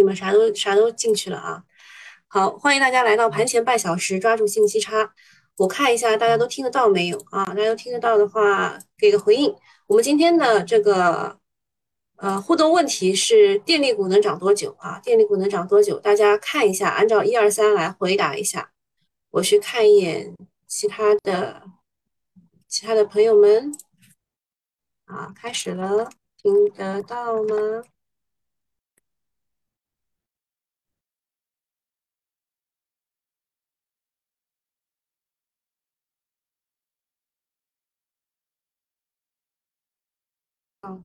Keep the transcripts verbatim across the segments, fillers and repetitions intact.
们啥都啥都进去了啊。好，欢迎大家来到盘前半小时，抓住信息差。我看一下大家都听得到没有啊？大家都听得到的话，给个回应。我们今天的这个呃互动问题是电力股能涨多久啊？电力股能涨多久？大家看一下，按照一二三来回答一下。我去看一眼其他的其他的朋友们啊，开始了，听得到吗？好，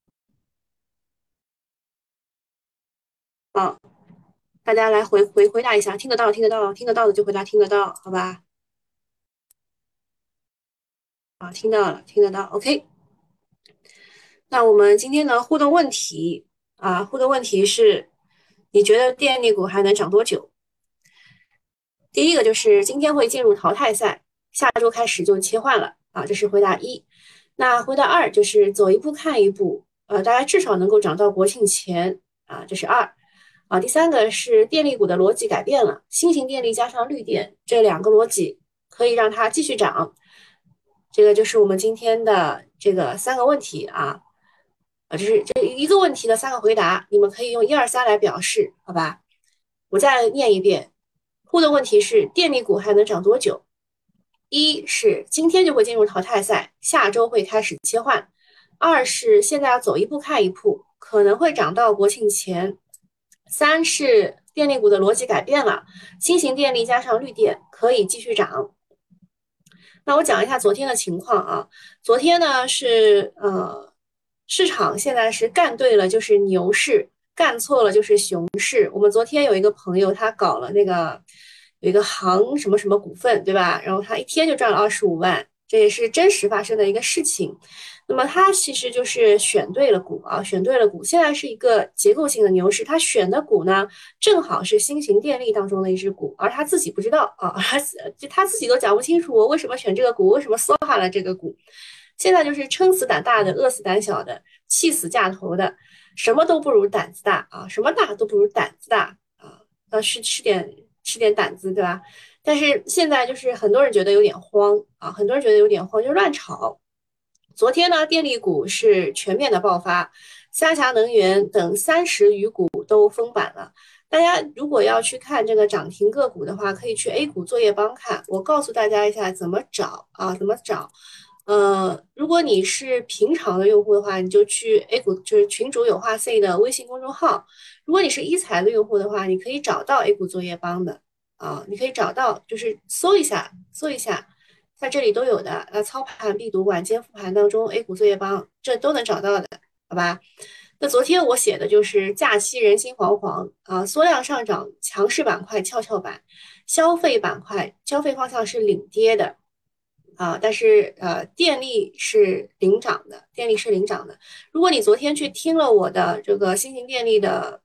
好，大家来回回回答一下，听得到，听得到，听得到的就回答听得到，好吧？啊，听到了，听得到，OK。那我们今天的互动问题啊，互动问题是，你觉得电力股还能涨多久？第一个就是今天会进入淘汰赛，下周开始就切换了啊，这是回答一。那回答二就是走一步看一步，呃，大家至少能够涨到国庆前啊，这是二。啊，第三个是电力股的逻辑改变了，新型电力加上绿电这两个逻辑可以让它继续涨。这个就是我们今天的这个三个问题啊，啊，这是这一个问题的三个回答，你们可以用一二三来表示，好吧？我再念一遍，互动问题是电力股还能涨多久？一是今天就会进入淘汰赛，下周会开始切换；二是现在要走一步看一步，可能会涨到国庆前；三是电力股的逻辑改变了，新型电力加上绿电可以继续涨。那我讲一下昨天的情况啊，昨天呢是呃市场现在是干对了就是牛市，干错了就是熊市。我们昨天有一个朋友他搞了那个有一个行什么什么股份，对吧？然后他一天就赚了二十五万，这也是真实发生的一个事情。那么他其实就是选对了股啊，选对了股。现在是一个结构性的牛市，他选的股呢，正好是新型电力当中的一只股，而他自己不知道啊，而就他自己都讲不清楚我为什么选这个股，为什么梭哈了这个股。现在就是撑死胆大的，饿死胆小的，气死架头的，什么都不如胆子大啊，什么大都不如胆子大啊，要吃吃点吃点胆子，对吧？但是现在就是很多人觉得有点慌啊，很多人觉得有点慌，就乱炒。昨天呢，电力股是全面的爆发，三峡能源等三十余股都封板了。大家如果要去看这个涨停个股的话，可以去 A 股作业帮看。我告诉大家一下怎么找啊，怎么找。呃，如果你是平常的用户的话，你就去 A 股，就是群主有话 C 的微信公众号。如果你是一财的用户的话，你可以找到 A 股作业帮的啊，你可以找到，就是搜一下，搜一下。在这里都有的，呃，操盘、必读、晚间复盘当中，A 股作业帮这都能找到的，好吧？那昨天我写的就是假期人心惶惶啊，缩量上涨，强势板块跷跷板，消费板块消费方向是领跌的啊，但是呃，电力是领涨的，电力是领涨的。如果你昨天去听了我的这个新型电力的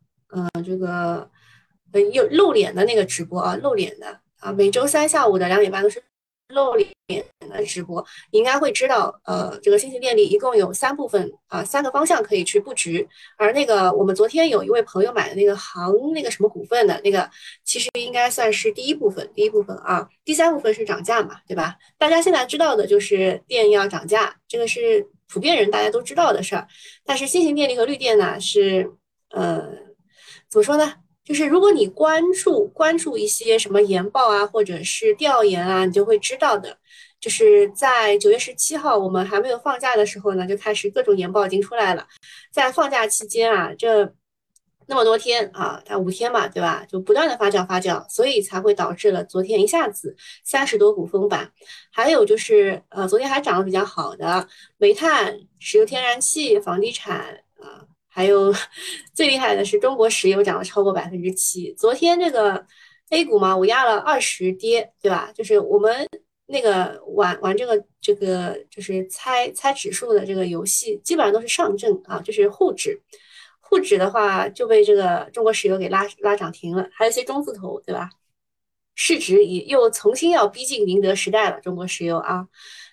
呃有露脸的那个直播啊，露脸的啊，每周三下午的两点半都是露脸的直播，你应该会知道，呃，这个新型电力一共有三部分啊，三个方向可以去布局。而那个我们昨天有一位朋友买的那个行那个什么股份的那个，其实应该算是第一部分，第一部分啊，第三部分是涨价嘛，对吧？大家现在知道的就是电要涨价，这个是普遍人大家都知道的事儿。但是新型电力和绿电呢，是呃，怎么说呢？就是如果你关注关注一些什么研报啊，或者是调研啊，你就会知道的。就是在九月十七号，我们还没有放假的时候呢，就开始各种研报已经出来了。在放假期间啊，这那么多天啊，它五天嘛，对吧？就不断的发酵发酵，所以才会导致了昨天一下子三十多股封板。还有就是，呃，昨天还涨得比较好的煤炭、石油天然气、房地产啊。还有最厉害的是中国石油涨了超过百分之七。昨天这个 A 股嘛，我压了二十跌，对吧？就是我们那个玩玩这个这个就是猜猜指数的这个游戏，基本上都是上证啊，就是沪指。沪指的话就被这个中国石油给拉拉涨停了，还有一些中字头，对吧？市值也又重新要逼近宁德时代了，中国石油啊。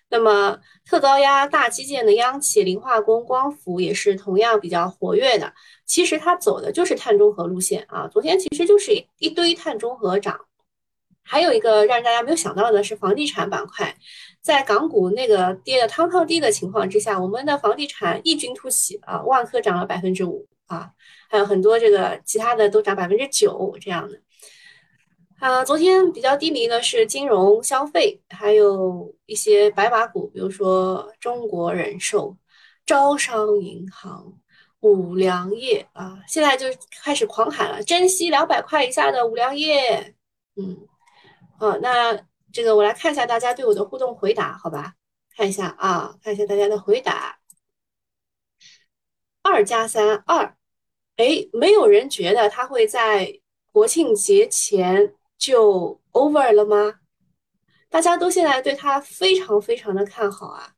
那么特高压大基建的央企磷化工、光伏也是同样比较活跃的。其实它走的就是碳中和路线啊，昨天其实就是一堆碳中和涨。还有一个让大家没有想到的是房地产板块，在港股那个跌的汤汤低的情况之下，我们的房地产异军突起啊，万科涨了百分之五啊，还有很多这个其他的都涨百分之九这样的。啊，昨天比较低迷的是金融、消费，还有一些白马股，比如说中国人寿、招商银行、五粮液啊，现在就开始狂喊了，珍惜两百块以下的五粮液。嗯，好，那这个我来看一下大家对我的互动回答，好吧？看一下啊，看一下大家的回答，二加三二，哎，没有人觉得它会在国庆节前就 over 了吗？大家都现在对它非常非常的看好啊，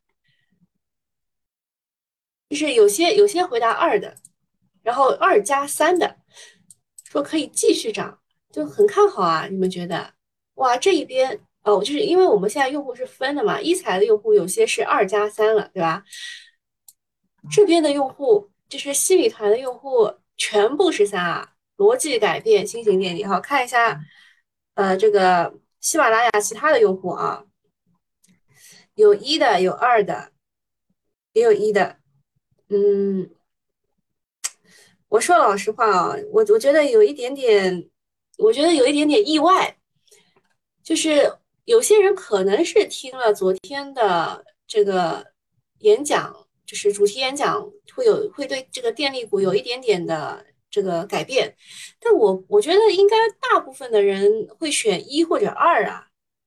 就是有些有些回答二的，然后二加三的说可以继续涨，就很看好啊。你们觉得？哇，这一边哦，就是因为我们现在用户是分的嘛，一财的用户有些是二加三了，对吧？这边的用户就是西米团的用户全部是三啊，逻辑改变，新型电力。好，看一下，呃，这个喜马拉雅其他的用户啊，有一的，有二的，也有一的。嗯，我说老实话啊，我我觉得有一点点，我觉得有一点点意外，就是有些人可能是听了昨天的这个演讲，就是主题演讲，会有会对这个电力股有一点点的这个改变，但我我觉得应该大部分的人会选一或者二啊，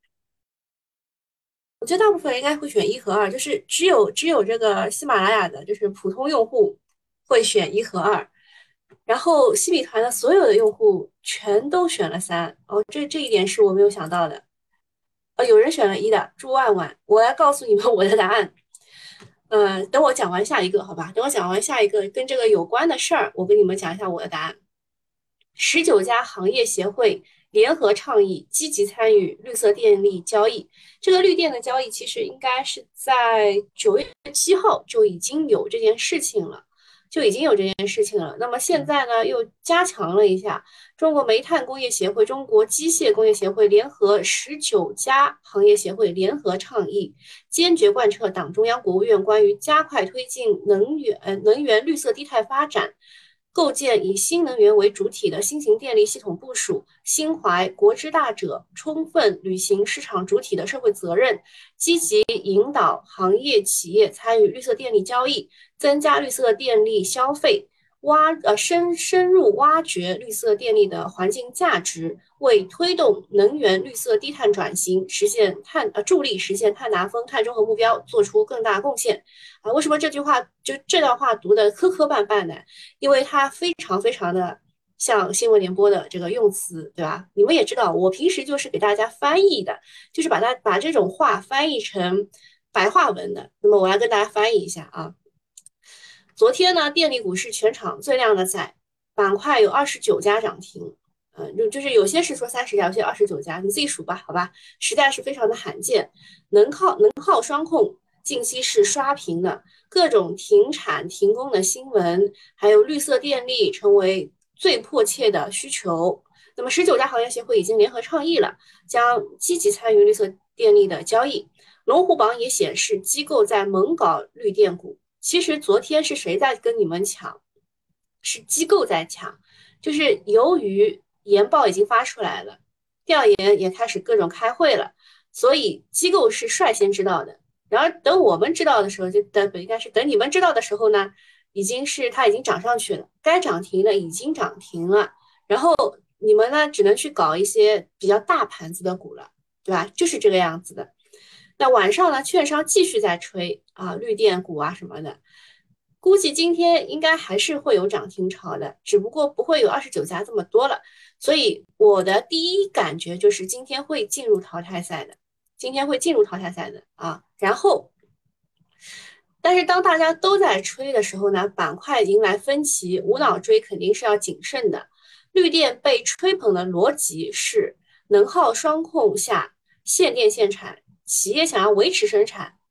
我觉得大部分人应该会选一和二，就是只有只有这个喜马拉雅的，就是普通用户会选一和二，然后西米团的所有的用户全都选了三，哦，这这一点是我没有想到的。呃，有人选了一的朱万万，我来告诉你们我的答案。呃，等我讲完下一个，好吧？等我讲完下一个跟这个有关的事儿，我跟你们讲一下我的答案。十九家行业协会联合倡议，积极参与绿色电力交易。这个绿电的交易其实应该是在九月七号就已经有这件事情了，就已经有这件事情了。那么现在呢，又加强了一下。中国煤炭工业协会、中国机械工业协会联合十九家行业协会联合倡议，坚决贯彻党中央、国务院关于加快推进能源呃能源绿色低碳发展。构建以新能源为主体的新型电力系统部署，心怀国之大者，充分履行市场主体的社会责任，积极引导行业企业参与绿色电力交易，增加绿色电力消费，挖呃深深入挖掘绿色电力的环境价值，为推动能源绿色低碳转型，实现碳呃助力实现碳达峰、碳中和目标做出更大贡献。啊，为什么这句话就这段话读的磕磕绊绊的？因为它非常非常的像新闻联播的这个用词，对吧？你们也知道，我平时就是给大家翻译的，就是把它把这种话翻译成白话文的。那么我来跟大家翻译一下啊。昨天呢，电力股是全场最靓的仔，板块有二十九家涨停，呃，就就是有些是说三十家，有些二十九家，你自己数吧，好吧，实在是非常的罕见。能靠能耗双控近期是刷屏的，各种停产停工的新闻，还有绿色电力成为最迫切的需求。那么十九家行业协会已经联合倡议了，将积极参与绿色电力的交易。龙虎榜也显示，机构在猛搞绿电股。其实昨天是谁在跟你们抢？是机构在抢，就是由于研报已经发出来了，调研也开始各种开会了，所以机构是率先知道的。然而等我们知道的时候，就等应该是等你们知道的时候呢，已经是它已经涨上去了，该涨停的已经涨停了，然后你们呢只能去搞一些比较大盘子的股了，对吧？就是这个样子的。那晚上呢，券商继续在吹啊，绿电股啊什么的，估计今天应该还是会有涨停潮的，只不过不会有二十九家这么多了。所以我的第一感觉就是今天会进入淘汰赛的，今天会进入淘汰赛的啊。然后，但是当大家都在吹的时候呢，板块迎来分歧，无脑追肯定是要谨慎的。绿电被吹捧的逻辑是能耗双控下限电限产。企业想要维持生产，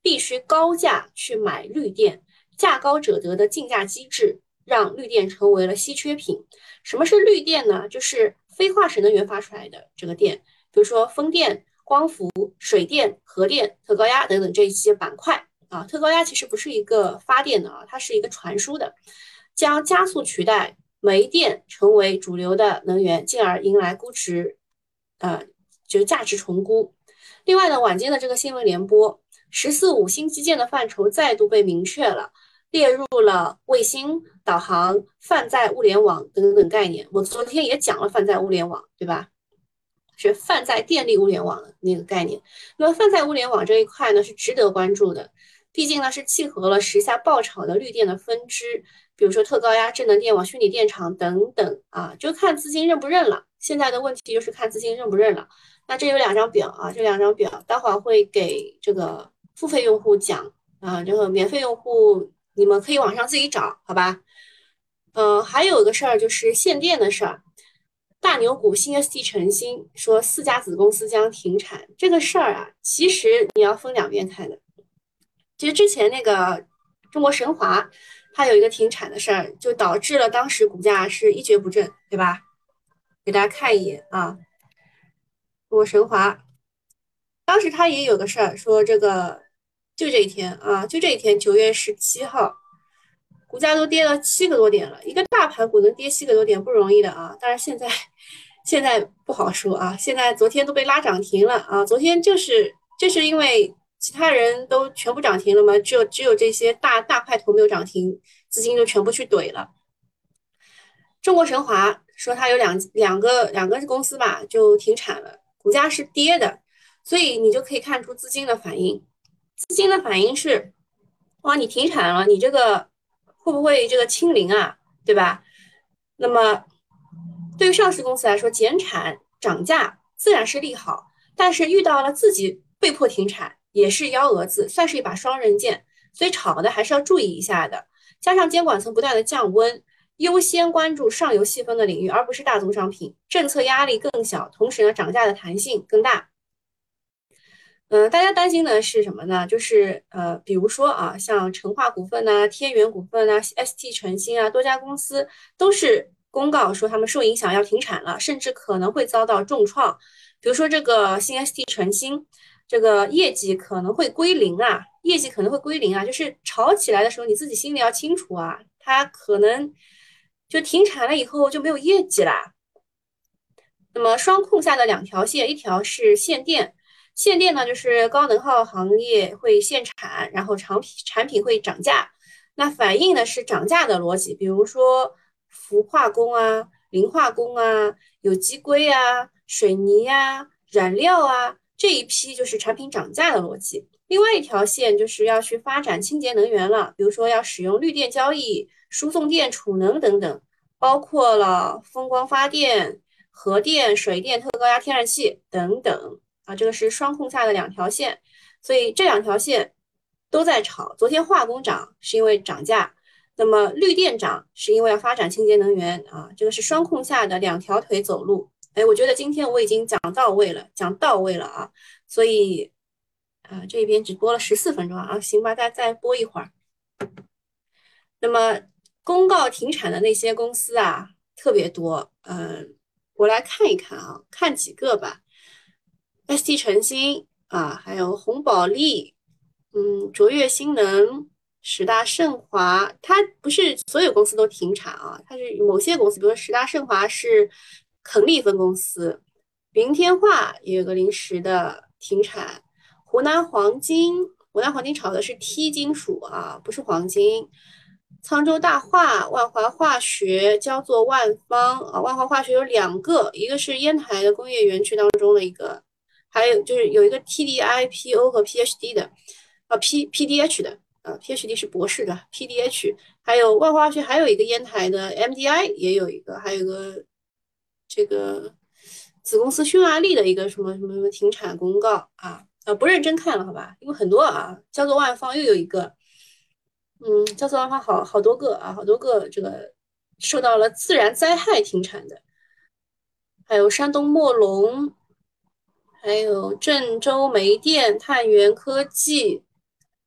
必须高价去买绿电，价高者得的竞价机制，让绿电成为了稀缺品。什么是绿电呢？就是非化石能源发出来的这个电，比如说风电、光伏、水电、核电、特高压等等这一些板块啊。特高压其实不是一个发电的啊，它是一个传输的，将加速取代煤电成为主流的能源，进而迎来估值，呃，就是价值重估。另外呢，晚间的这个新闻联播，十四五新基建的范畴再度被明确了，列入了卫星、导航、泛在物联网等等概念。我昨天也讲了泛在物联网，对吧？是泛在电力物联网的那个概念。那么泛在物联网这一块呢，是值得关注的，毕竟呢是契合了时下爆炒的绿电的分支，比如说特高压智能电网、虚拟电厂等等啊，就看资金认不认了。现在的问题就是看资金认不认了。那这有两张表啊，这两张表待会儿会给这个付费用户讲啊，这个免费用户你们可以网上自己找，好吧？呃，还有一个事儿就是限电的事儿，大牛股新 S T 晨星说四家子公司将停产，这个事儿啊，其实你要分两边看的。其实之前那个中国神华，它有一个停产的事儿，就导致了当时股价是一蹶不振，对吧？给大家看一眼啊，中国神华当时它也有个事儿，说这个就这一天啊，就这一天，九月十七号，股价都跌了七个多点了，一个大盘股能跌七个多点不容易的啊。但是现在现在不好说啊，现在昨天都被拉涨停了啊，昨天就是就是因为其他人都全部涨停了嘛，只有只有这些大大块头没有涨停，资金就全部去怼了。中国神华说它有两两个两个公司吧，就停产了，股价是跌的，所以你就可以看出资金的反应。资金的反应是，哇，你停产了，你这个会不会这个清零啊，对吧？那么对于上市公司来说，减产涨价自然是利好，但是遇到了自己被迫停产，也是幺蛾子，算是一把双刃剑，所以炒的还是要注意一下的。加上监管层不断的降温，优先关注上游细分的领域，而不是大宗商品，政策压力更小，同时呢，涨价的弹性更大。嗯、呃，大家担心的是什么呢？就是呃，比如说啊，像成化股份呐、天元股份呐、S T 晨星啊，多家公司都是公告说他们受影响要停产了，甚至可能会遭到重创。比如说这个新 S T 晨星，这个业绩可能会归零啊，业绩可能会归零啊，就是炒起来的时候你自己心里要清楚啊，它可能就停产了以后就没有业绩啦。那么双控下的两条线，一条是限电，限电呢就是高能耗行业会限产，然后产品产品会涨价，那反映的是涨价的逻辑，比如说氟化工啊、磷化工啊、有机硅啊、水泥啊、燃料啊这一批就是产品涨价的逻辑。另外一条线就是要去发展清洁能源了，比如说要使用绿电交易、输送电储能等等，包括了风光发电。核电、水电、特高压天然气等等啊，这个是双控下的两条线，所以这两条线都在炒。昨天化工涨是因为涨价，那么绿电涨是因为要发展清洁能源啊，这个是双控下的两条腿走路。哎，我觉得今天我已经讲到位了，讲到位了啊，所以啊这边只播了十四分钟啊，行吧，再再播一会儿。那么公告停产的那些公司啊，特别多，嗯。我来看一看啊，看几个吧。S T 晨星啊，还有红宝利，嗯，卓越新能、十大盛华，它不是所有公司都停产啊，它是某些公司，比如说十大盛华是恒力分公司，云天化也有个临时的停产，湖南黄金，湖南黄金炒的是 T 金属啊，不是黄金。沧州大化、万华化学、焦作万方啊，万华化学有两个，一个是烟台的工业园区当中的一个，还有就是有一个 T D I、P O 和 P H D 的，啊 P PDH 的，呃 PhD 是博士的 P D H，还有万华化学还有一个烟台的 M D I 也有一个，还有一个这个子公司匈牙利的一个什么什么什么停产公告啊，呃不认真看了好吧，因为很多啊，焦作万方又有一个。嗯，焦作万方好好多个啊，好多个这个受到了自然灾害停产的，还有山东墨龙，还有郑州煤电、碳源科技，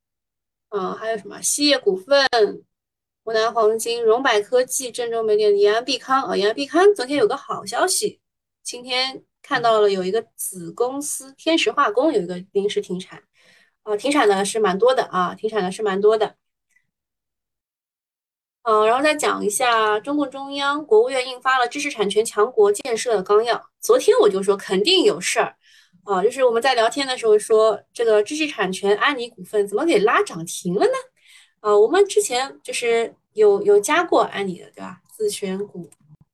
啊，还有什么锡业股份、湖南黄金、荣百科技、郑州煤电、延安必康啊。延安必康昨天有个好消息，今天看到了有一个子公司天石化工有一个临时停产，啊，停产的是蛮多的啊，停产的是蛮多的。嗯，然后再讲一下，中共中央、国务院印发了知识产权强国建设的纲要。昨天我就说肯定有事儿，啊，就是我们在聊天的时候说，这个知识产权安妮股份怎么给拉涨停了呢？啊，我们之前就是有有加过安妮的，对吧？自选股，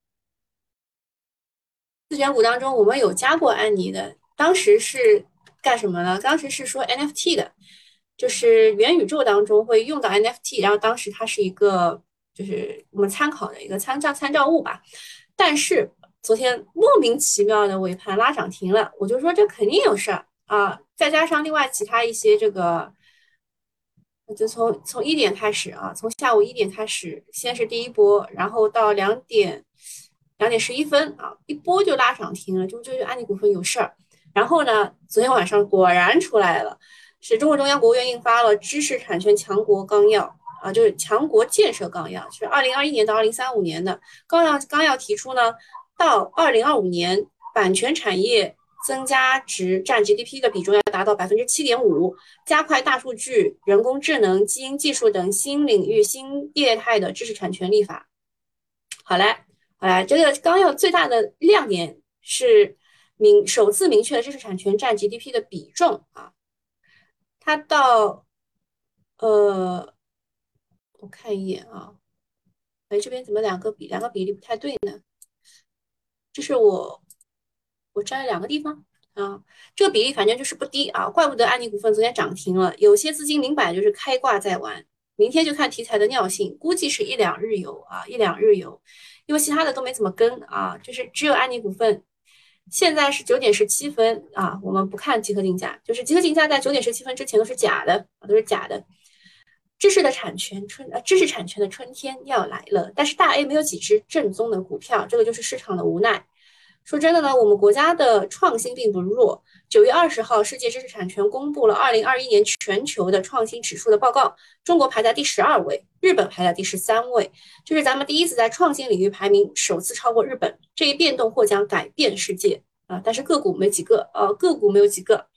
自选股当中我们有加过安妮的，当时是干什么呢？当时是说 N F T 的，就是元宇宙当中会用到 N F T，然后当时它是一个就是我们参考的一个参照参照物吧。但是昨天莫名其妙的尾盘拉涨停了，我就说这肯定有事儿啊！再加上另外其他一些这个，就从从一点开始啊，从下午一点开始，先是第一波，然后到两点两点十一分啊，一波就拉涨停了，就就是安利股份有事儿。然后呢，昨天晚上果然出来了，是中国中央国务院印发了知识产权强国纲要啊，就是强国建设纲要，是二零二一年到二零三五年的纲要。纲要提出呢，到二零二五年，版权产业增加值占 G D P 的比重要达到百分之七点五，加快大数据、人工智能、基因技术等新领域新业态的知识产权立法。好嘞，好嘞，这个纲要最大的亮点是明首次明确了知识产权占 G D P 的比重啊，它到呃，我看一眼啊，哎，这边怎么两个比两个比例不太对呢？这是我我摘了两个地方啊，这个比例反正就是不低啊，怪不得安妮股份昨天涨停了。有些资金明摆就是开挂在玩，明天就看题材的尿性，估计是一两日游啊，一两日游，因为其他的都没怎么跟啊，就是只有安妮股份。现在是九点十七分啊，我们不看集合竞价，就是集合竞价在九点十七分之前都是假的啊，都是假的。知识的产权春呃，知识产权的春天要来了，但是大 A 没有几只正宗的股票，这个就是市场的无奈。说真的呢，我们国家的创新并不弱。九月二十号，世界知识产权公布了二零二一年全球的创新指数的报告，中国排在第十二位，日本排在第十三位，这是咱们第一次在创新领域排名首次超过日本。这一变动或将改变世界啊！但是个股没几个，呃，个股没有几个。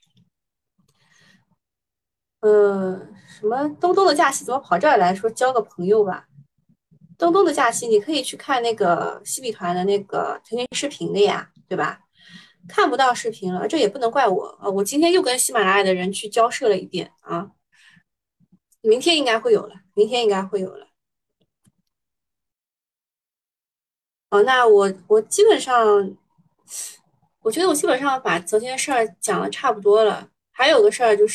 呃，什么东东的假期怎么跑这儿来说交个朋友吧？东东的假期你可以去看那个西比团的那个腾讯视频的呀，对吧？看不到视频了，这也不能怪我啊！我今天又跟喜马拉雅的人去交涉了一遍啊，明天应该会有了，明天应该会有了。哦，那我我基本上，我觉得我基本上把昨天的事儿讲的差不多了。还有个事儿就是，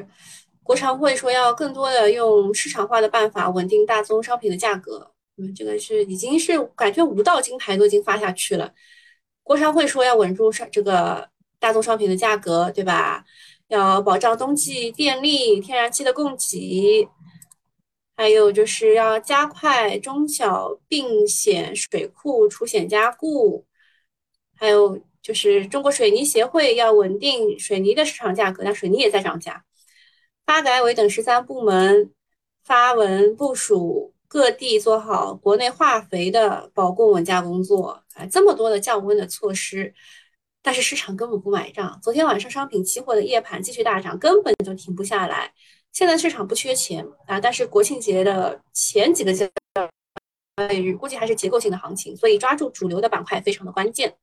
国常会说要更多的用市场化的办法稳定大宗商品的价格。嗯，这个是已经是感觉五道金牌都已经发下去了。国常会说要稳住上这个大宗商品的价格，对吧？要保障冬季电力、天然气的供给，还有就是要加快中小病险水库除险加固，还有就是中国水泥协会要稳定水泥的市场价格，那水泥也在涨价。发改委等十三部门发文部署各地做好国内化肥的保供稳价工作，啊，这么多的降温的措施，但是市场根本不买账。昨天晚上商品期货的夜盘继续大涨，根本就停不下来。现在市场不缺钱啊，但是国庆节的前几个交易日估计还是结构性的行情，所以抓住主流的板块非常的关键。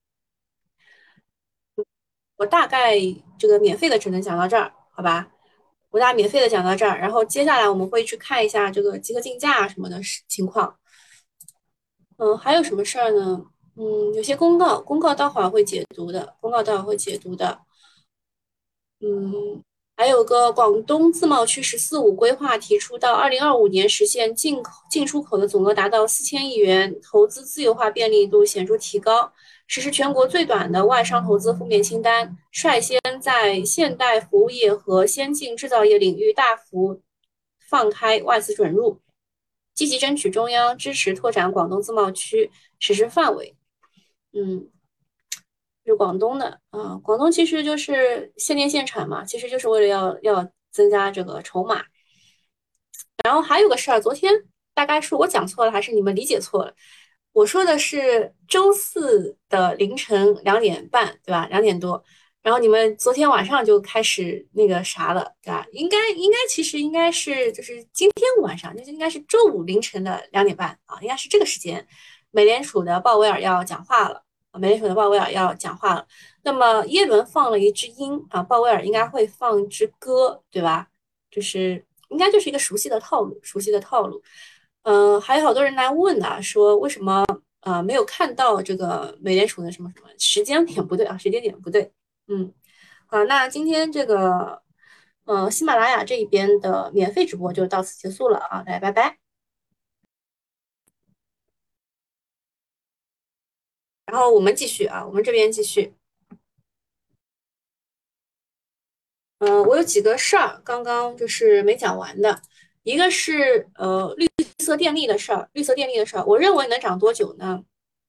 我大概这个免费的只能讲到这儿，好吧？我大概免费的讲到这儿，然后接下来我们会去看一下这个集合竞价什么的情况。嗯，还有什么事儿呢？嗯，有些公告，公告待会儿会解读的，公告待会儿会解读的。嗯，还有个广东自贸区“十四五”规划提出，到二零二五年实现进口进出口的总额达到四千亿元，投资自由化便利度显著提高，实施全国最短的外商投资负面清单，率先在现代服务业和先进制造业领域大幅放开外资准入，积极争取中央支持拓展广东自贸区实施范围。嗯，是广东的啊，广东其实就是限电限产嘛，其实就是为了要要增加这个筹码。 然后还有个事儿，昨天大概是我讲错了，还是你们理解错了？我说的是周四的凌晨两点半，对吧？两点多。然后你们昨天晚上就开始那个啥了，对吧？应该应该其实应该是就是今天晚上，就是应该是周五凌晨的两点半啊，应该是这个时间，美联储的鲍威尔要讲话了。啊，美联储的鲍威尔要讲话了。那么耶伦放了一支音啊，鲍威尔应该会放一支歌，对吧？就是应该就是一个熟悉的套路，熟悉的套路。嗯、呃还有好多人来问啊，说为什么呃没有看到这个美联储的什么什么时间点不对啊，时间点不对。嗯，好，那今天这个呃喜马拉雅这一边的免费直播就到此结束了啊，大家拜拜。然后我们继续啊，我们这边继续。嗯、呃我有几个事儿刚刚就是没讲完的，一个是呃绿色电力的事儿，绿色电力的事儿，我认为能涨多久呢？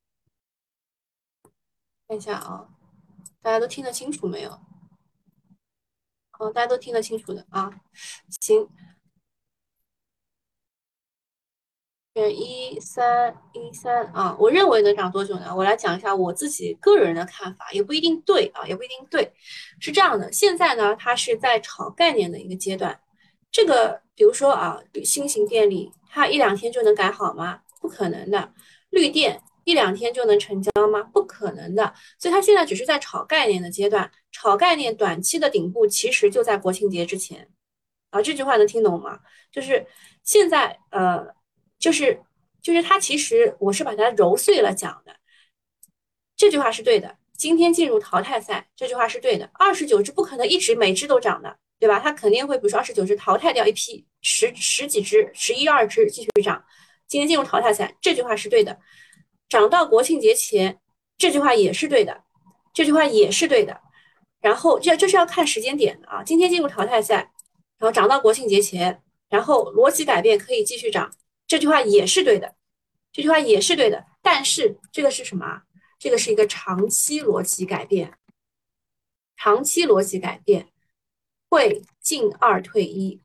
看一下啊，大家都听得清楚没有？哦，大家都听得清楚的啊。行，选一三一三啊，我认为能涨多久呢？我来讲一下我自己个人的看法，也不一定对啊，也不一定对。是这样的，现在呢，它是在炒概念的一个阶段。这个，比如说啊，新型电力，它一两天就能改好吗？不可能的。绿电一两天就能成交吗？不可能的。所以它现在只是在炒概念的阶段，炒概念短期的顶部其实就在国庆节之前。啊，这句话能听懂吗？就是现在，呃，就是就是它其实我是把它揉碎了讲的。这句话是对的。今天进入淘汰赛，这句话是对的。二十九只不可能一直每只都涨的，对吧？它肯定会，比如说二十九只淘汰掉一批，十十几只、十一二只继续涨。今天进入淘汰赛，这句话是对的。涨到国庆节前，这句话也是对的，这句话也是对的。然后这这是要看时间点的啊。今天进入淘汰赛，然后涨到国庆节前，然后逻辑改变可以继续涨，这句话也是对的，这句话也是对的。但是这个是什么啊？这个是一个长期逻辑改变，长期逻辑改变会进二退一，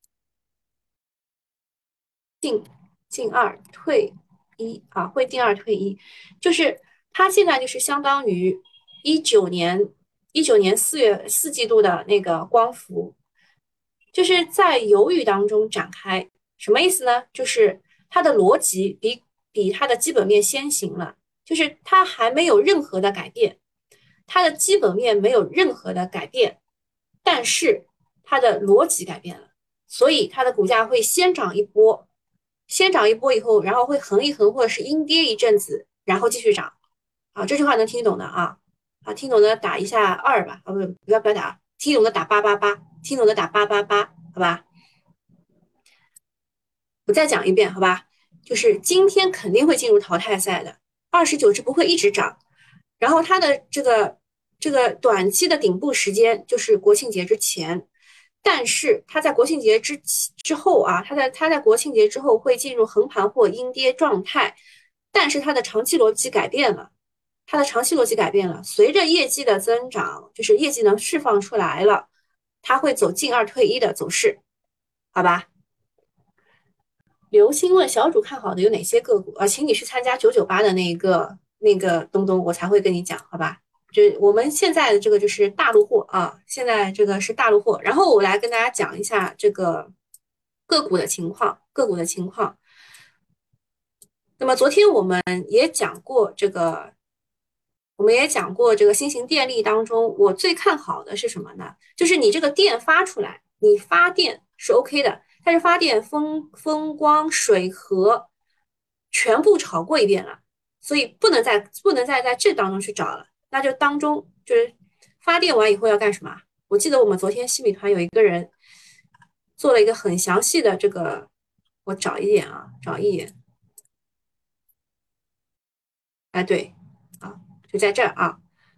进进二退一啊，会进二退一，就是它现在就是相当于一九年一九年四月四季度的那个光伏，就是在犹豫当中展开，什么意思呢？就是它的逻辑比比它的基本面先行了，就是它还没有任何的改变，它的基本面没有任何的改变，但是它的逻辑改变了，所以它的股价会先涨一波，先涨一波以后，然后会横一横或者是阴跌一阵子，然后继续涨。啊，这句话能听懂的啊，啊，听懂的打一下二吧，啊不不要不要打，听懂的打八八八，听懂的打八八八，好吧？我再讲一遍，好吧？就是今天肯定会进入淘汰赛的，二十九只不会一直涨，然后它的这个这个短期的顶部时间就是国庆节之前，但是它在国庆节之之后啊，它在它在国庆节之后会进入横盘或阴跌状态，但是它的长期逻辑改变了，它的长期逻辑改变了，随着业绩的增长，就是业绩能释放出来了，它会走进二退一的走势，好吧？刘星问小主看好的有哪些个股？呃，请你去参加九九八的那个那个东东，我才会跟你讲，好吧？就我们现在的这个就是大陆货啊，现在这个是大陆货。然后我来跟大家讲一下这个个股的情况，个股的情况。那么昨天我们也讲过这个，我们也讲过这个新型电力当中，我最看好的是什么呢？就是你这个电发出来，你发电是 OK 的，但是发电风风光水和全部炒过一遍了，所以不能再不能再在这当中去找了，那就当中就是发电完以后要干什么？我记得我们昨天西米团有一个人做了一个很详细的这个，我找一眼啊，找一眼，哎对，啊就在这儿啊，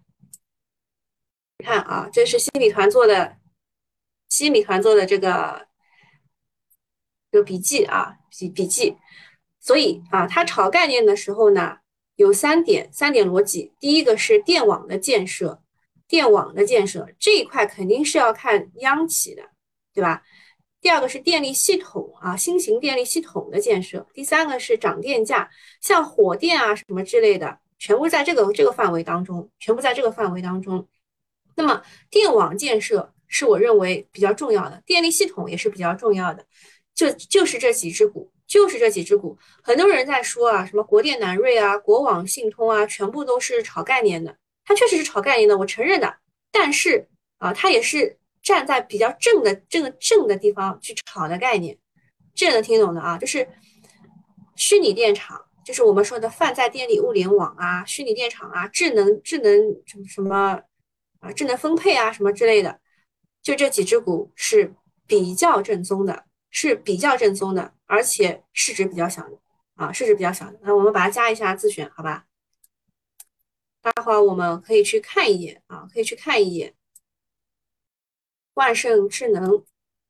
你看啊，这是西米团做的，西米团做的这个这个笔记啊，笔笔记。所以啊，它炒概念的时候呢，有三点三点逻辑。第一个是电网的建设，电网的建设这一块肯定是要看央企的，对吧？ 第二个是电力系统啊，新型电力系统的建设，第三个是涨电价，像火电啊什么之类的，全部在这个这个范围当中，全部在这个范围当中。那么电网建设是我认为比较重要的，电力系统也是比较重要的，就就是这几只股，就是这几只股。很多人在说啊，什么国电南锐啊、国网信通啊，全部都是炒概念的，它确实是炒概念的，我承认的。但是啊，它也是站在比较正的这个正的地方去炒的概念，这能听懂的啊，就是虚拟电厂。就是我们说的泛在电力物联网啊、虚拟电厂啊、智能智能什么什么啊、智能分配啊什么之类的，就这几只股是比较正宗的，是比较正宗的，而且市值比较小的啊，市值比较小的。那我们把它加一下自选，好吧？待会儿我们可以去看一眼啊，可以去看一眼万盛智能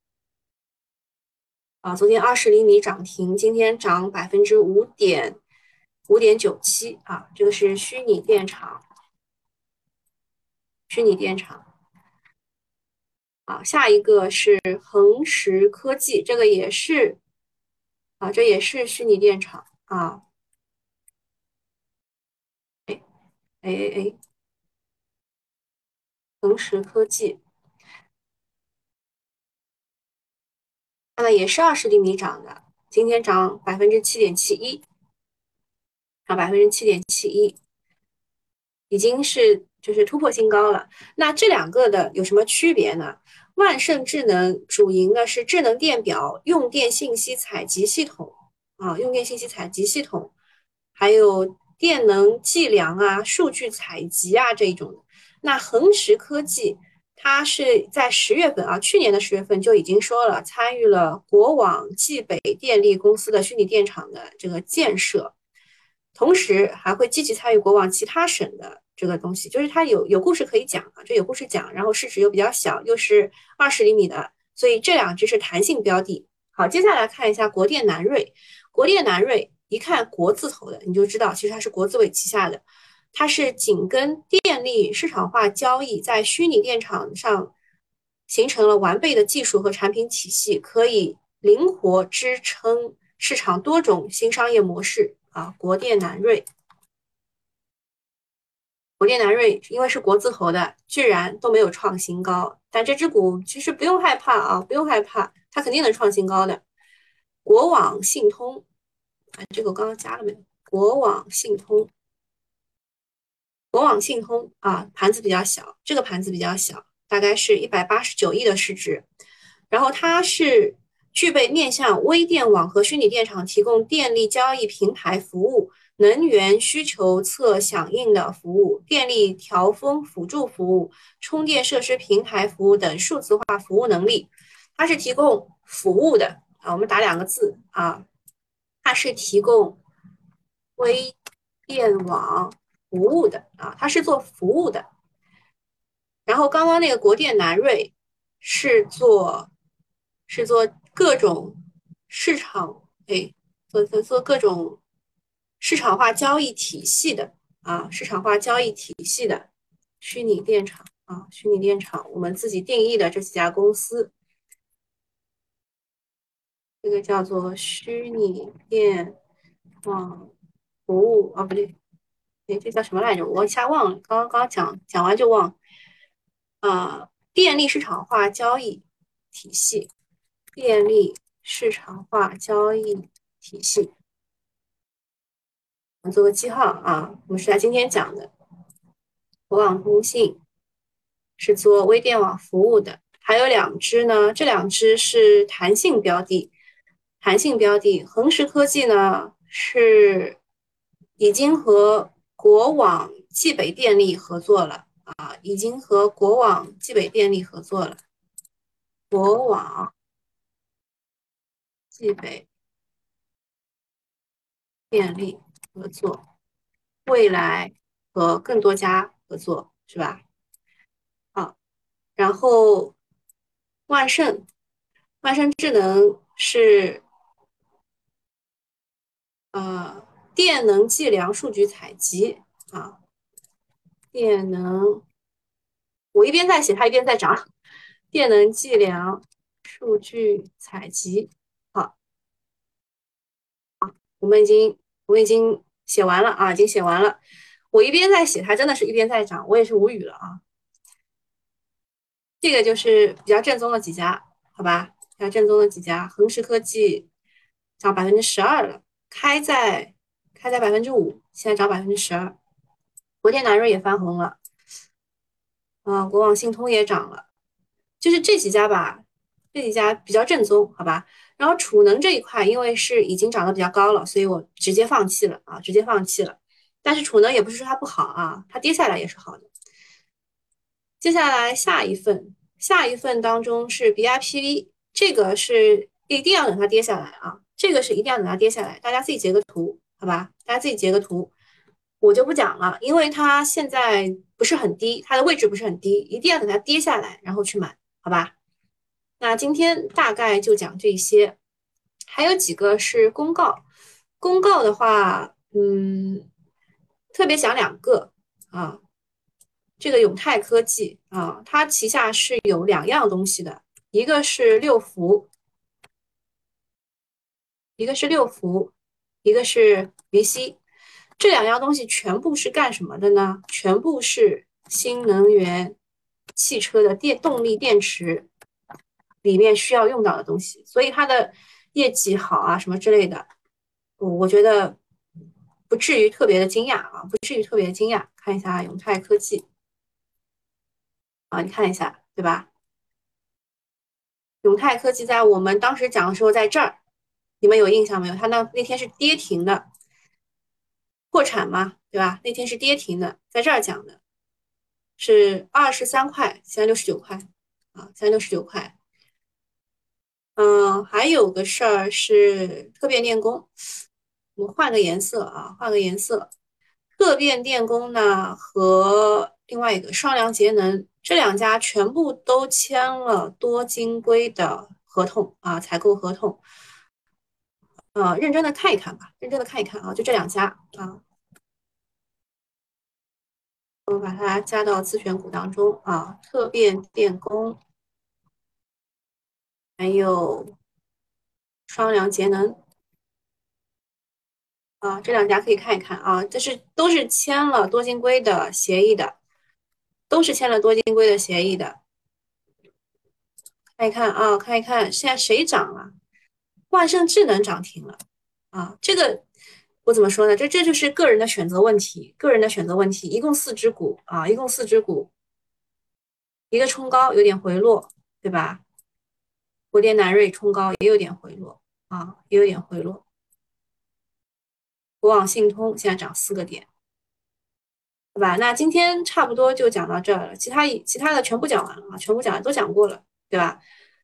啊，昨天二十厘米涨停，今天涨百分之五点五点九七啊，这个是虚拟电厂，虚拟电厂。啊，下一个是恒实科技，这个也是啊，这也是虚拟电厂啊，哎哎哎，恒实科技，它呢也是二十厘米涨的，今天涨百分之七点七一，涨百分之七点七一，已经是就是突破新高了。那这两个的有什么区别呢？万盛智能主营的是智能电表、用电信息采集系统啊，用电信息采集系统，还有电能计量啊、数据采集啊这一种的。那恒实科技，它是在十月份啊，去年的十月份就已经说了，参与了国网冀北电力公司的虚拟电厂的这个建设。同时还会积极参与国网其他省的这个东西，就是它有有故事可以讲啊，这有故事讲，然后市值又比较小，又是二十厘米的，所以这两只是弹性标的。好，接下来看一下国电南锐，国电南锐一看国字头的，你就知道其实它是国资委旗下的，它是紧跟电力市场化交易在虚拟电厂上形成了完备的技术和产品体系，可以灵活支撑市场多种新商业模式啊。国电南锐，国电南锐因为是国字头的，居然都没有创新高，但这只股其实不用害怕啊，不用害怕，它肯定能创新高的。国网信通，啊，这个我刚刚加了没有？国网信通，国网信通啊，盘子比较小，这个盘子比较小，大概是一百八十九亿的市值。然后它是具备面向微电网和虚拟电厂提供电力交易平台服务、能源需求侧响应的服务、电力调峰辅助服务、充电设施平台服务等数字化服务能力。它是提供服务的啊，我们打两个字啊，它是提供微电网服务的啊，它是做服务的。然后刚刚那个国电南锐是做是做各种市场，哎，做做做各种市场化交易体系的啊，市场化交易体系的虚拟电厂啊，虚拟电厂，我们自己定义的这几家公司，这个叫做虚拟电网服务啊，不对，哎，这叫什么来着？我一下忘了，刚刚讲讲完就忘。啊，电力市场化交易体系，电力市场化交易体系，我们做个记号啊。我们是在今天讲的，国网通信是做微电网服务的，还有两只呢，这两只是弹性标的，弹性标的，恒实科技呢是已经和国网冀北电力合作了啊，已经和国网冀北电力合作了，国网。冀北电力合作，未来和更多家合作，是吧？好，然后万盛，万盛智能是呃电能计量数据采集啊，电能，我一边在写，它一边在涨，电能计量数据采集。好，我们已经我们已经写完了啊，已经写完了。我一边在写，它真的是一边在涨，我也是无语了啊。这个就是比较正宗的几家，好吧？比较正宗的几家，恒石科技涨百分之十二了，开在开在百分之五，现在涨百分之十二。国电南润也翻红了，啊、国网信通也涨了。就是这几家吧，这几家比较正宗，好吧？然后储能这一块，因为是已经涨得比较高了，所以我直接放弃了啊，直接放弃了。但是储能也不是说它不好啊，它跌下来也是好的。接下来下一份，下一份当中是 B I P V，这个是一定要等它跌下来啊，这个是一定要等它跌下来，大家自己截个图，好吧？大家自己截个图，我就不讲了，因为它现在不是很低，它的位置不是很低，一定要等它跌下来，然后去买，好吧？那今天大概就讲这些，还有几个是公告。公告的话，嗯，特别讲两个啊。这个永泰科技啊，它旗下是有两样东西的，一个是六福，一个是六福，一个是 V C。这两样东西全部是干什么的呢？全部是新能源汽车的电动力电池里面需要用到的东西，所以它的业绩好啊，什么之类的，我我觉得不至于特别的惊讶啊，不至于特别的惊讶。看一下永泰科技啊，你看一下，对吧？永泰科技在我们当时讲的时候，在这儿，你们有印象没有？它那那天是跌停的，破产嘛，对吧？那天是跌停的，在这儿讲的是二十三块，现在六十九块啊，现在六十九块。嗯，还有个事儿是特变电工，我换个颜色啊，换个颜色。特变电工呢和另外一个双良节能这两家全部都签了多晶硅的合同啊，采购合同。呃，认真的看一看吧，认真的看一看啊，就这两家啊，我把它加到自选股当中啊，特变电工还有双良节能啊，这两家可以看一看啊，这是都是签了多晶硅的协议的，都是签了多晶硅的协议的，看一看啊，看一看现在谁涨了？万盛智能涨停了啊，这个我怎么说呢？这这就是个人的选择问题，个人的选择问题，一共四只股啊，一共四只股，一个冲高有点回落，对吧？国电南锐冲高也有点回落啊，也有点回落。国网信通现在涨四个点，对吧？那今天差不多就讲到这儿了，其他其他的全部讲完了啊，全部讲完都讲过了，对吧？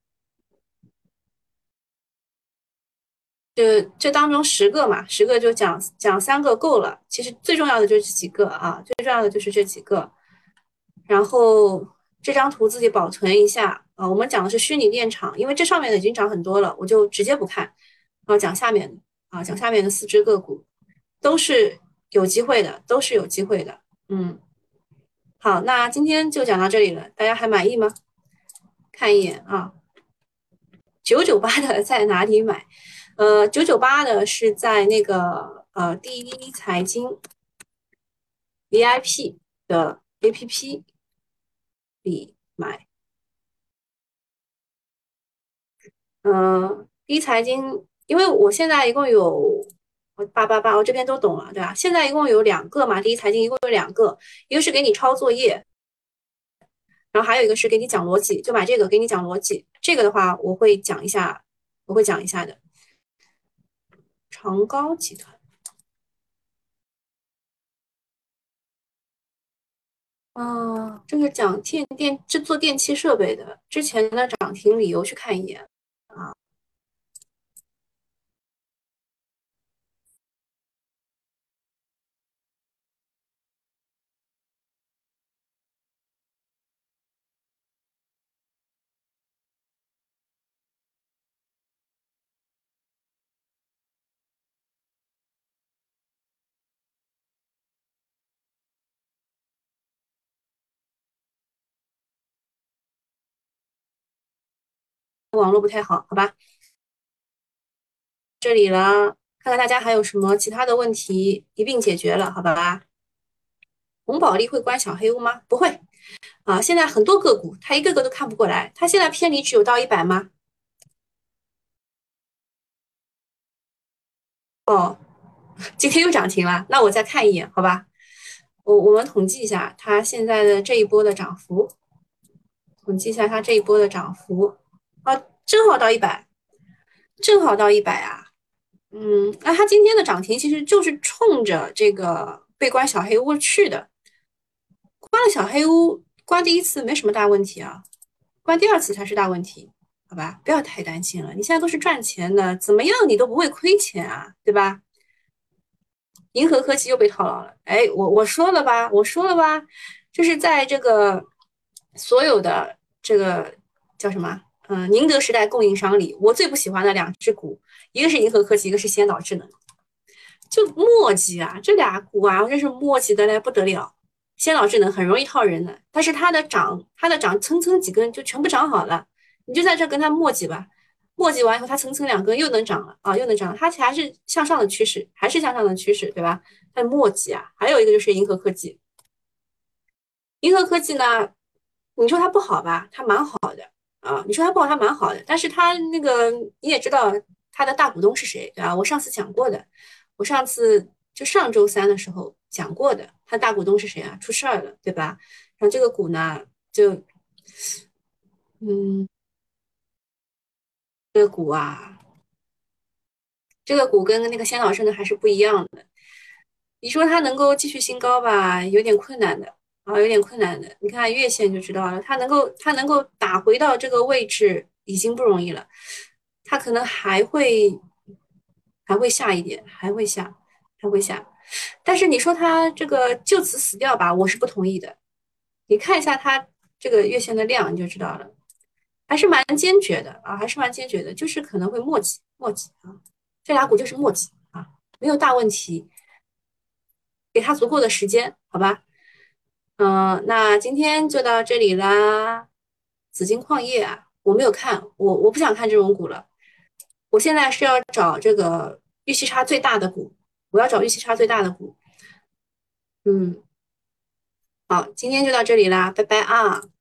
就这当中十个嘛，十个就讲讲三个够了。其实最重要的就是这几个啊，最重要的就是这几个。然后这张图自己保存一下啊。我们讲的是虚拟电厂，因为这上面的已经涨很多了，我就直接不看，然后讲下面的啊，讲下面的四只个股都是有机会的，都是有机会的。嗯，好，那今天就讲到这里了，大家还满意吗？看一眼啊，九九八的在哪里买？呃，九九八的是在那个呃第一财经 V I P 的 A P P 里买。嗯，第一财经，因为我现在一共有八八八，我这边都懂了，对吧？现在一共有两个嘛，第一财经一共有两个，一个是给你抄作业，然后还有一个是给你讲逻辑，就买这个给你讲逻辑。这个的话，我会讲一下，我会讲一下的。长高集团，啊，这个讲电电制作电气设备的，之前的涨停理由去看一眼啊。 网络不太好，好吧？这里了，看看大家还有什么其他的问题一并解决了，好吧？红宝利会关小黑屋吗？不会啊，现在很多个股它一个个都看不过来，它现在偏离值有到一百吗？哦，今天又涨停了，那我再看一眼，好吧？我我们统计一下它现在的这一波的涨幅，统计一下它这一波的涨幅啊，正好到一百，正好到一百啊。嗯，那它今天的涨停其实就是冲着这个被关小黑屋去的。关了小黑屋，关第一次没什么大问题啊，关第二次才是大问题，好吧？不要太担心了，你现在都是赚钱的，怎么样你都不会亏钱啊，对吧？银河科技又被套牢了，哎，我我说了吧，我说了吧，就是在这个所有的这个叫什么，嗯，宁德时代供应商里，我最不喜欢的两只股，一个是银河科技，一个是先导智能。就墨迹啊，这俩股啊，真是墨迹的嘞不得了。先导智能很容易套人的，但是它的涨，它的涨蹭蹭几根就全部涨好了，你就在这跟它墨迹吧。墨迹完以后，它蹭蹭两根又能涨了啊，又能涨了，它还是向上的趋势，还是向上的趋势，对吧？它的墨迹啊，还有一个就是银河科技，银河科技呢，你说它不好吧，它蛮好的啊，你说它不好，它蛮好的，但是它那个你也知道它的大股东是谁，对吧？我上次讲过的，我上次就上周三的时候讲过的，它大股东是谁啊？出事儿了，对吧？然后这个股呢，就嗯，这个股啊，这个股跟那个先导生的还是不一样的。你说它能够继续新高吧，有点困难的啊，有点困难的。你看月线就知道了，它能够它能够打回到这个位置已经不容易了，它可能还会还会下一点，还会下，还会下。但是你说它这个就此死掉吧，我是不同意的。你看一下它这个月线的量，你就知道了，还是蛮坚决的啊，还是蛮坚决的，就是可能会磨叽磨叽啊，这俩股就是磨叽啊，没有大问题。给他足够的时间，好吧？嗯，那今天就到这里啦。紫金矿业啊，我没有看，我我不想看这种股了。我现在是要找这个预期差最大的股，我要找预期差最大的股。嗯，好，今天就到这里啦，拜拜啊。